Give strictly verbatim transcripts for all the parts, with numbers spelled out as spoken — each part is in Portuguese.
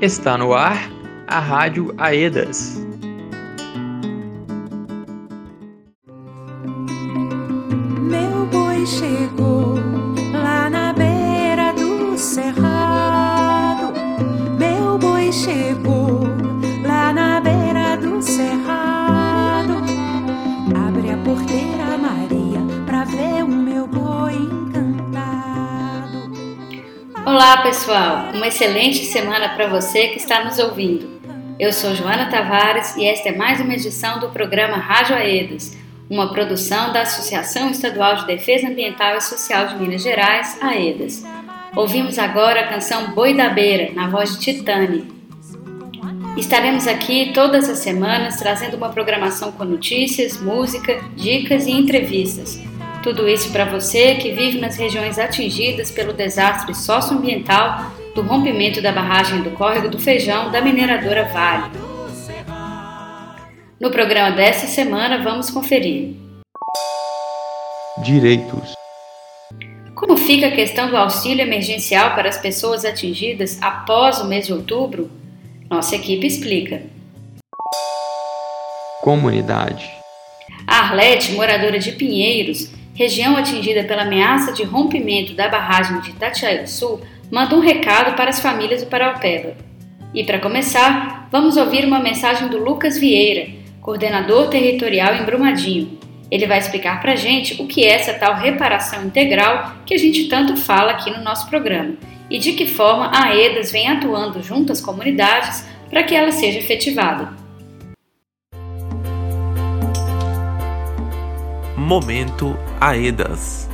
Está no ar a Rádio Aedas. Meu boi chegou lá na beira do cerrado. Meu boi chegou lá na beira do cerrado. Abre a porteira, Maria, pra ver o meu boi encantado. Olá, pessoal! Uma excelente semana para você que está nos ouvindo. Eu sou Joana Tavares e esta é mais uma edição do programa Rádio Aedas, uma produção da Associação Estadual de Defesa Ambiental e Social de Minas Gerais, Aedas. Ouvimos agora a canção Boi da Beira, na voz de Titane. Estaremos aqui todas as semanas trazendo uma programação com notícias, música, dicas e entrevistas. Tudo isso para você que vive nas regiões atingidas pelo desastre socioambiental do rompimento da barragem do Córrego do Feijão da mineradora Vale. No programa desta semana vamos conferir Direitos. Como fica a questão do auxílio emergencial para as pessoas atingidas após o mês de outubro? Nossa equipe explica. Comunidade. A Arlete, moradora de Pinheiros, região atingida pela ameaça de rompimento da barragem de Itatiaia-Sul, manda um recado para as famílias do Paraopeba. E para começar, vamos ouvir uma mensagem do Lucas Vieira, coordenador territorial em Brumadinho. Ele vai explicar para a gente o que é essa tal reparação integral que a gente tanto fala aqui no nosso programa e de que forma a Aedas vem atuando junto às comunidades para que ela seja efetivada. Momento Aedas.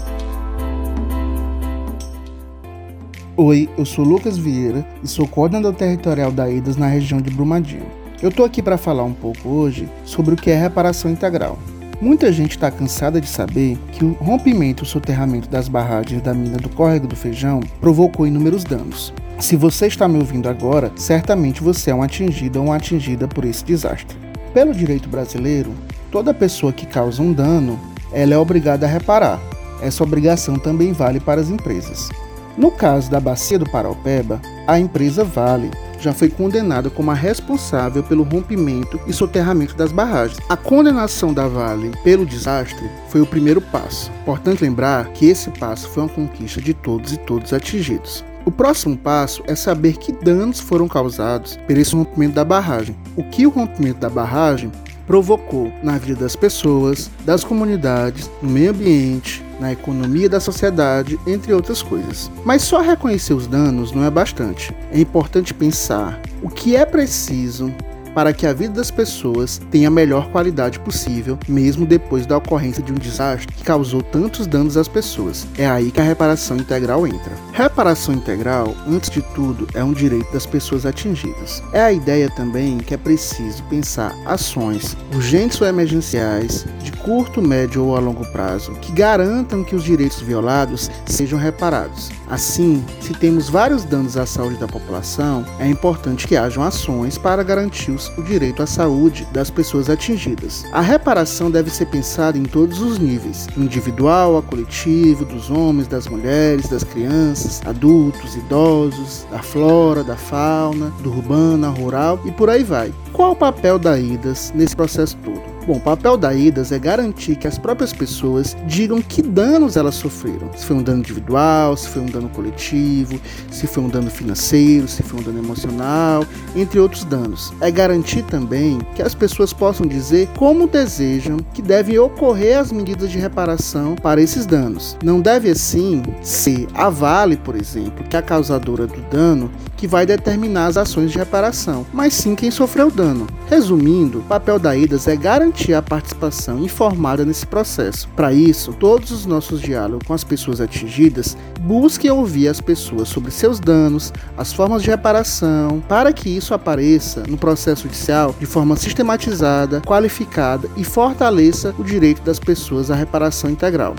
Oi, eu sou Lucas Vieira e sou coordenador territorial da Aedas na região de Brumadinho. Eu tô aqui para falar um pouco hoje sobre o que é reparação integral. Muita gente está cansada de saber que o rompimento e o soterramento das barragens da mina do Córrego do Feijão provocou inúmeros danos. Se você está me ouvindo agora, certamente você é um atingido ou uma atingida por esse desastre. Pelo direito brasileiro, toda pessoa que causa um dano, ela é obrigada a reparar. Essa obrigação também vale para as empresas. No caso da Bacia do Paraopeba, a empresa Vale já foi condenada como a responsável pelo rompimento e soterramento das barragens. A condenação da Vale pelo desastre foi o primeiro passo. Importante lembrar que esse passo foi uma conquista de todos e todos atingidos. O próximo passo é saber que danos foram causados por esse rompimento da barragem. O que o rompimento da barragem provocou na vida das pessoas, das comunidades, no meio ambiente, na economia da sociedade, entre outras coisas. Mas só reconhecer os danos não é bastante. É importante pensar o que é preciso para que a vida das pessoas tenha a melhor qualidade possível, mesmo depois da ocorrência de um desastre que causou tantos danos às pessoas. É aí que a reparação integral entra. Reparação integral, antes de tudo, é um direito das pessoas atingidas. É a ideia também que é preciso pensar ações urgentes ou emergenciais, de curto, médio ou a longo prazo, que garantam que os direitos violados sejam reparados. Assim, se temos vários danos à saúde da população, é importante que hajam ações para garantir os o direito à saúde das pessoas atingidas. A reparação deve ser pensada em todos os níveis, individual, a coletivo, dos homens, das mulheres, das crianças, adultos, idosos, da flora, da fauna, do urbano, ao rural e por aí vai. Qual o papel da Aedas nesse processo todo? Bom, o papel da Aedas é garantir que as próprias pessoas digam que danos elas sofreram. Se foi um dano individual, se foi um dano coletivo, se foi um dano financeiro, se foi um dano emocional, entre outros danos. É garantir também que as pessoas possam dizer como desejam que devem ocorrer as medidas de reparação para esses danos. Não deve, assim, ser a Vale, por exemplo, que é a causadora do dano, que vai determinar as ações de reparação, mas sim quem sofreu o dano. Resumindo, o papel da Aedas é garantir a participação informada nesse processo. Para isso, todos os nossos diálogos com as pessoas atingidas busquem ouvir as pessoas sobre seus danos, as formas de reparação, para que isso apareça no processo judicial de forma sistematizada, qualificada e fortaleça o direito das pessoas à reparação integral.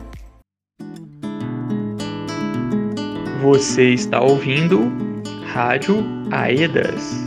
Você está ouvindo Rádio Aedas.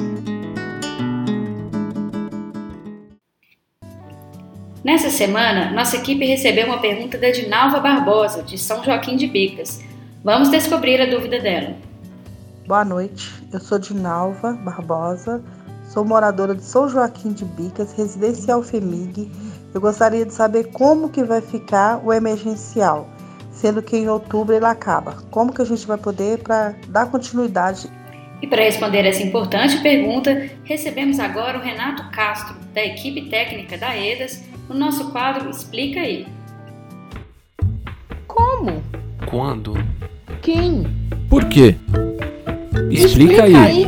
Nessa semana, nossa equipe recebeu uma pergunta da Dinalva Barbosa, de São Joaquim de Bicas. Vamos descobrir a dúvida dela. Boa noite, eu sou Dinalva Barbosa, sou moradora de São Joaquim de Bicas, residencial FEMIG. Eu gostaria de saber como que vai ficar o emergencial, sendo que em outubro ele acaba. Como que a gente vai poder para dar continuidade? E para responder essa importante pergunta, recebemos agora o Renato Castro, da equipe técnica da EDAS, no nosso quadro Explica Aí. Como? Quando? Quem? Por quê? Explica, Explica aí. aí.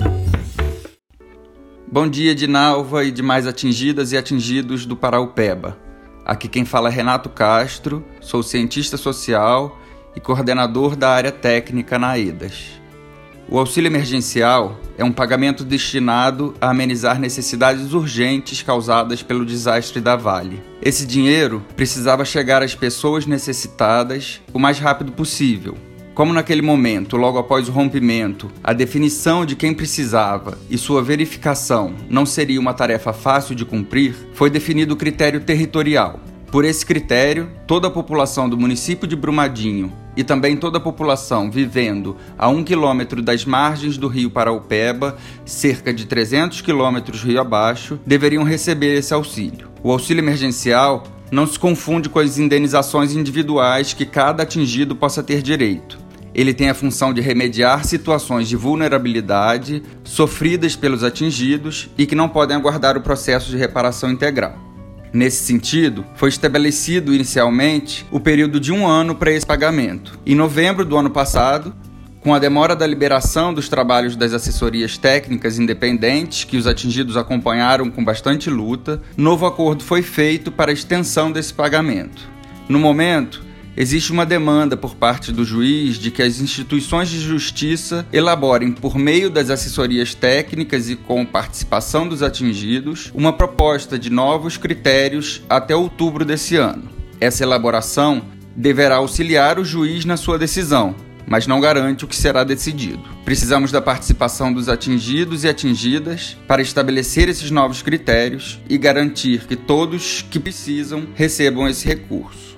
Bom dia, Dinalva e demais atingidas e atingidos do Paraupeba. Aqui quem fala é Renato Castro, sou cientista social e coordenador da área técnica na EDAS. O auxílio emergencial é um pagamento destinado a amenizar necessidades urgentes causadas pelo desastre da Vale. Esse dinheiro precisava chegar às pessoas necessitadas o mais rápido possível. Como naquele momento, logo após o rompimento, a definição de quem precisava e sua verificação não seria uma tarefa fácil de cumprir, foi definido o critério territorial. Por esse critério, toda a população do município de Brumadinho e também toda a população vivendo a um quilômetro das margens do rio Paraupeba, cerca de trezentos quilômetros rio abaixo, deveriam receber esse auxílio. O auxílio emergencial não se confunde com as indenizações individuais que cada atingido possa ter direito. Ele tem a função de remediar situações de vulnerabilidade sofridas pelos atingidos e que não podem aguardar o processo de reparação integral. Nesse sentido, foi estabelecido inicialmente o período de um ano para esse pagamento. Em novembro do ano passado, com a demora da liberação dos trabalhos das assessorias técnicas independentes que os atingidos acompanharam com bastante luta, novo acordo foi feito para a extensão desse pagamento. No momento, existe uma demanda por parte do juiz de que as instituições de justiça elaborem, por meio das assessorias técnicas e com participação dos atingidos, uma proposta de novos critérios até outubro desse ano. Essa elaboração deverá auxiliar o juiz na sua decisão, mas não garante o que será decidido. Precisamos da participação dos atingidos e atingidas para estabelecer esses novos critérios e garantir que todos que precisam recebam esse recurso.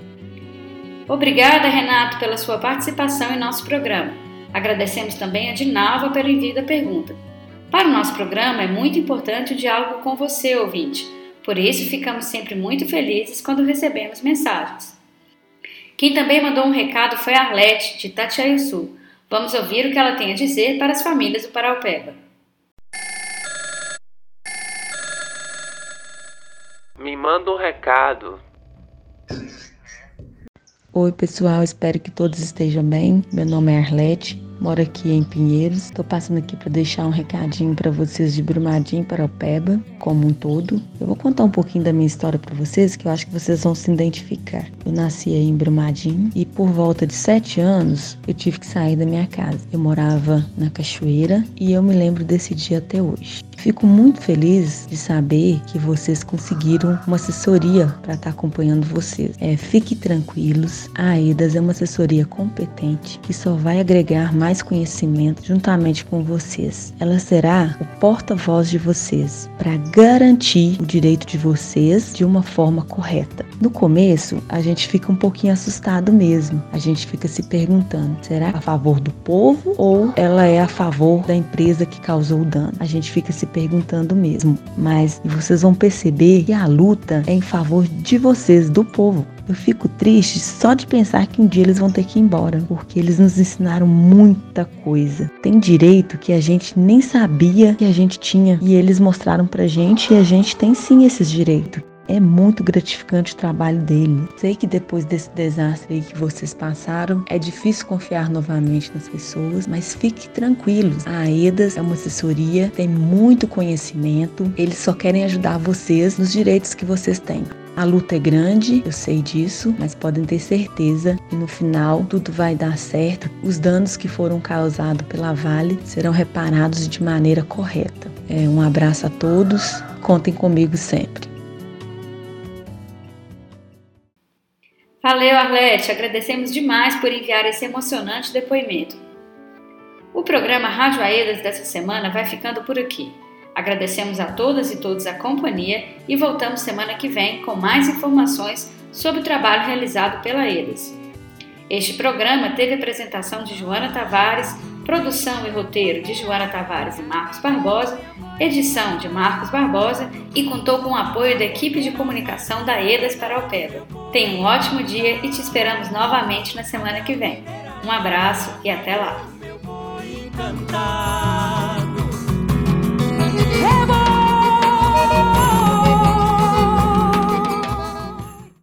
Obrigada, Renato, pela sua participação em nosso programa. Agradecemos também a Dinalva pelo envio da pergunta. Para o nosso programa é muito importante o diálogo com você, ouvinte. Por isso, ficamos sempre muito felizes quando recebemos mensagens. Quem também mandou um recado foi a Arlete, de Itatiaiuçu. Vamos ouvir o que ela tem a dizer para as famílias do Paraupeba. Me manda um recado. Oi pessoal, espero que todos estejam bem. Meu nome é Arlete, moro aqui em Pinheiros. Estou passando aqui para deixar um recadinho para vocês de Brumadinho e Paraupeba, como um todo. Eu vou contar um pouquinho da minha história para vocês, que eu acho que vocês vão se identificar. Eu nasci aí em Brumadinho e por volta de sete anos eu tive que sair da minha casa. Eu morava na Cachoeira e eu me lembro desse dia até hoje. Fico muito feliz de saber que vocês conseguiram uma assessoria para estar acompanhando vocês. É, fiquem tranquilos, a EDAS é uma assessoria competente que só vai agregar mais conhecimento juntamente com vocês. Ela será o porta-voz de vocês para garantir o direito de vocês de uma forma correta. No começo, a gente fica um pouquinho assustado mesmo. A gente fica se perguntando, será a favor do povo ou ela é a favor da empresa que causou o dano? A gente fica se perguntando mesmo, mas vocês vão perceber que a luta é em favor de vocês, do povo. Eu fico triste só de pensar que um dia eles vão ter que ir embora, porque eles nos ensinaram muita coisa. Tem direito que a gente nem sabia que a gente tinha e eles mostraram pra gente e a gente tem sim esses direitos. É muito gratificante o trabalho dele. Sei que depois desse desastre aí que vocês passaram, é difícil confiar novamente nas pessoas, mas fiquem tranquilos. A EDAS é uma assessoria, tem muito conhecimento, eles só querem ajudar vocês nos direitos que vocês têm. A luta é grande, eu sei disso, mas podem ter certeza que no final tudo vai dar certo. Os danos que foram causados pela Vale serão reparados de maneira correta. É, um abraço a todos, contem comigo sempre. Valeu, Arlete, agradecemos demais por enviar esse emocionante depoimento. O programa Rádio Aedas dessa semana vai ficando por aqui. Agradecemos a todas e todos a companhia e voltamos semana que vem com mais informações sobre o trabalho realizado pela EDAS. Este programa teve apresentação de Joana Tavares, produção e roteiro de Joana Tavares e Marcos Barbosa, edição de Marcos Barbosa e contou com o apoio da equipe de comunicação da EDAS Paraupeba. Tenha um ótimo dia e te esperamos novamente na semana que vem. Um abraço e até lá!